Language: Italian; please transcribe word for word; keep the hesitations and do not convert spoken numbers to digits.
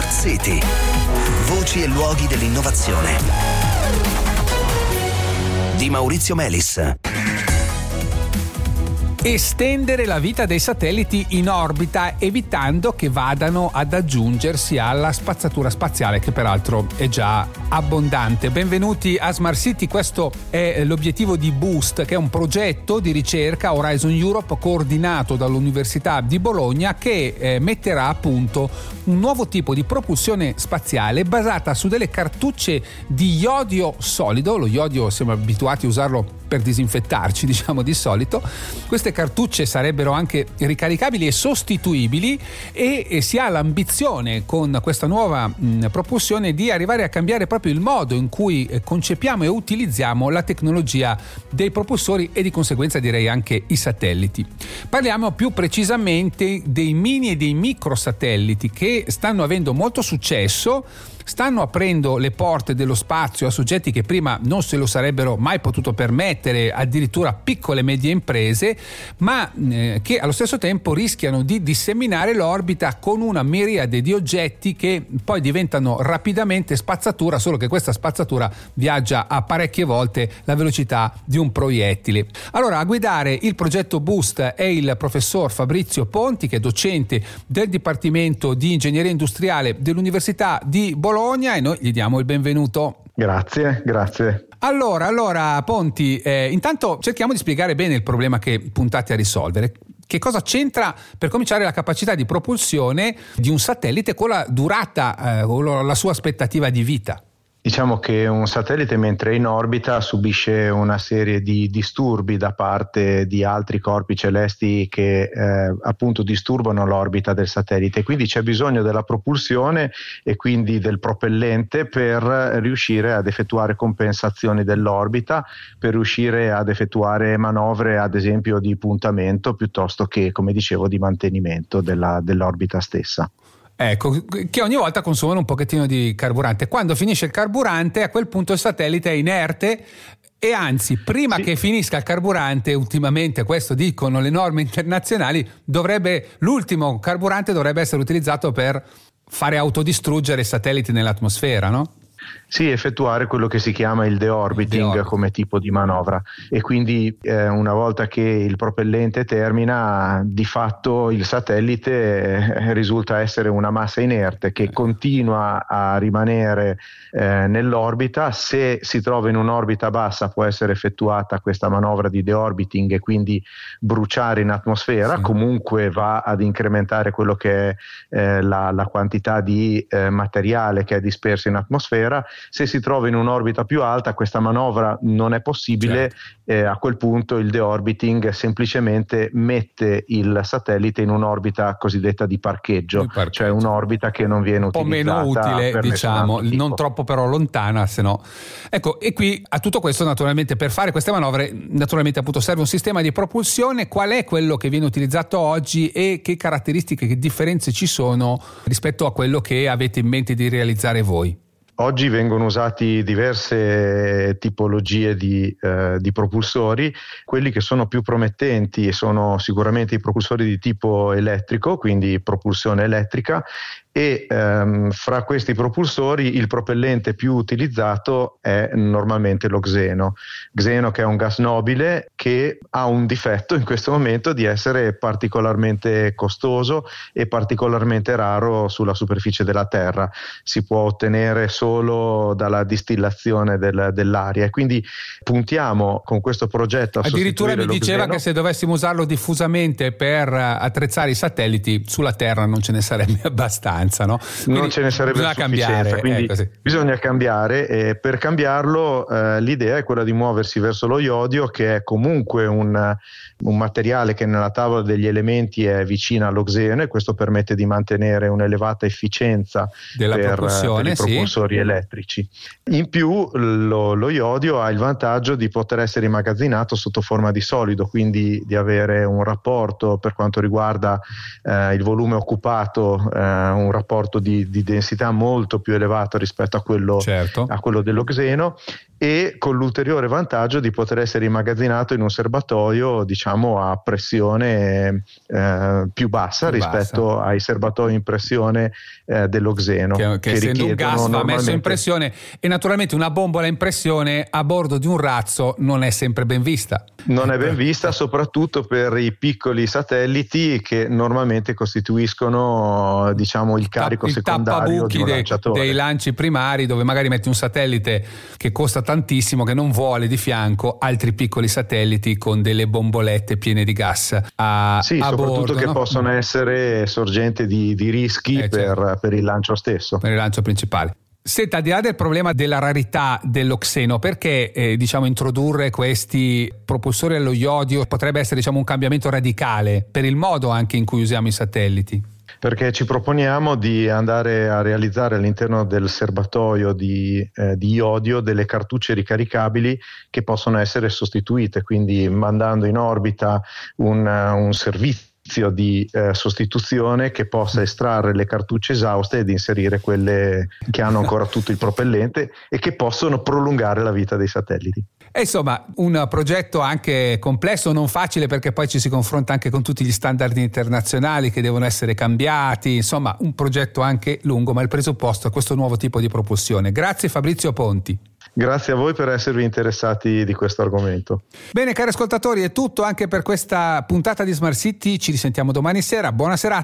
Smart City. Voci e luoghi dell'innovazione. Di Maurizio Melis. Estendere la vita dei satelliti in orbita evitando che vadano ad aggiungersi alla spazzatura spaziale, che peraltro è già abbondante. Benvenuti a Smart City, questo è l'obiettivo di Boost, che è un progetto di ricerca Horizon Europe coordinato dall'Università di Bologna, che eh, metterà a punto un nuovo tipo di propulsione spaziale basata su delle cartucce di iodio solido. Lo iodio siamo abituati a usarlo per disinfettarci, diciamo, di solito. Queste cartucce sarebbero anche ricaricabili e sostituibili e, e si ha l'ambizione con questa nuova mh, propulsione di arrivare a cambiare proprio il modo in cui eh, concepiamo e utilizziamo la tecnologia dei propulsori e di conseguenza direi anche i satelliti. Parliamo più precisamente dei mini e dei microsatelliti che stanno avendo molto successo, stanno aprendo le porte dello spazio a soggetti che prima non se lo sarebbero mai potuto permettere, addirittura piccole e medie imprese, ma eh, che allo stesso tempo rischiano di disseminare l'orbita con una miriade di oggetti che poi diventano rapidamente spazzatura, solo che questa spazzatura viaggia a parecchie volte la velocità di un proiettile. Allora, a guidare il progetto Boost è il professor Fabrizio Ponti, che è docente del Dipartimento di Ingegneria Industriale dell'Università di Bologna, e noi gli diamo il benvenuto. Grazie, grazie. Allora, allora Ponti, eh, intanto cerchiamo di spiegare bene il problema che puntate a risolvere. Che cosa c'entra, per cominciare, la capacità di propulsione di un satellite con la durata, eh, o la sua aspettativa di vita? Diciamo che un satellite, mentre è in orbita, subisce una serie di disturbi da parte di altri corpi celesti che eh, appunto disturbano l'orbita del satellite, quindi c'è bisogno della propulsione e quindi del propellente per riuscire ad effettuare compensazioni dell'orbita, per riuscire ad effettuare manovre ad esempio di puntamento piuttosto che, come dicevo, di mantenimento della, dell'orbita stessa. Ecco, che ogni volta consumano un pochettino di carburante. Quando finisce il carburante, a quel punto il satellite è inerte e anzi, prima sì. che finisca il carburante, ultimamente questo dicono le norme internazionali, dovrebbe l'ultimo carburante dovrebbe essere utilizzato per fare autodistruggere i satelliti nell'atmosfera, no? Sì, effettuare quello che si chiama il deorbiting, il come tipo di manovra, e quindi eh, una volta che il propellente termina, di fatto il satellite eh, risulta essere una massa inerte che continua a rimanere eh, nell'orbita. Se si trova in un'orbita bassa può essere effettuata questa manovra di deorbiting e quindi bruciare in atmosfera, sì. Comunque va ad incrementare quello che è eh, la, la quantità di eh, materiale che è disperso in atmosfera. Se si trova in un'orbita più alta questa manovra non è possibile, certo. eh, a quel punto il deorbiting semplicemente mette il satellite in un'orbita cosiddetta di parcheggio, di parcheggio. Cioè un'orbita che non viene utilizzata, un po' meno utile, diciamo, non troppo però lontana, se no. Ecco, e qui a tutto questo naturalmente per fare queste manovre naturalmente appunto serve un sistema di propulsione. Qual è quello che viene utilizzato oggi e che caratteristiche, che differenze ci sono rispetto a quello che avete in mente di realizzare voi? Oggi vengono usati diverse tipologie di, eh, di propulsori. Quelli che sono più promettenti sono sicuramente i propulsori di tipo elettrico, quindi propulsione elettrica, e ehm, fra questi propulsori il propellente più utilizzato è normalmente lo xeno. Xeno, che è un gas nobile che ha un difetto in questo momento di essere particolarmente costoso e particolarmente raro sulla superficie della Terra. Si può ottenere solo dalla distillazione del, dell'aria, e quindi puntiamo con questo progetto a addirittura mi diceva xeno. Che se dovessimo usarlo diffusamente per attrezzare i satelliti sulla Terra non ce ne sarebbe abbastanza. No? Non ce ne sarebbe sufficienza, cambiare, quindi ecco, sì. bisogna cambiare, e per cambiarlo eh, l'idea è quella di muoversi verso lo iodio, che è comunque un, un materiale che nella tavola degli elementi è vicina allo xeno, e questo permette di mantenere un'elevata efficienza della per, propulsione, per i propulsori motori elettrici. In più lo, lo iodio ha il vantaggio di poter essere immagazzinato sotto forma di solido, quindi di avere un rapporto per quanto riguarda eh, il volume occupato, eh, un rapporto di, di densità molto più elevato rispetto a quello, certo. a quello dello xeno, e con l'ulteriore vantaggio di poter essere immagazzinato in un serbatoio, diciamo, a pressione eh, più bassa più rispetto bassa. ai serbatoi in pressione eh, dello xeno, che, che, che essendo un gas va normalmente... messo in pressione, e naturalmente una bombola in pressione a bordo di un razzo non è sempre ben vista. Non è ben vista, soprattutto per i piccoli satelliti che normalmente costituiscono, diciamo, il carico il secondario di un lanciatore. Dei lanci primari, dove magari metti un satellite che costa tantissimo, che non vuole di fianco altri piccoli satelliti con delle bombolette piene di gas a, sì, a soprattutto bordo, che no? possono essere sorgente di, di rischi eh, per, certo. per il lancio stesso. Per il lancio principale. Senta, al di là del problema della rarità dello xeno, perché eh, diciamo introdurre questi propulsori allo iodio potrebbe essere, diciamo, un cambiamento radicale per il modo anche in cui usiamo i satelliti? Perché ci proponiamo di andare a realizzare all'interno del serbatoio di, eh, di iodio delle cartucce ricaricabili che possono essere sostituite, quindi mandando in orbita un, un servizio di eh, sostituzione che possa estrarre le cartucce esauste ed inserire quelle che hanno ancora tutto il propellente e che possono prolungare la vita dei satelliti. E insomma, un progetto anche complesso, non facile, perché poi ci si confronta anche con tutti gli standard internazionali che devono essere cambiati, insomma un progetto anche lungo, ma il presupposto è questo nuovo tipo di propulsione. Grazie Fabrizio Ponti. Grazie a voi per esservi interessati di questo argomento. Bene, cari ascoltatori, è tutto anche per questa puntata di Smart City, ci risentiamo domani sera, buona serata.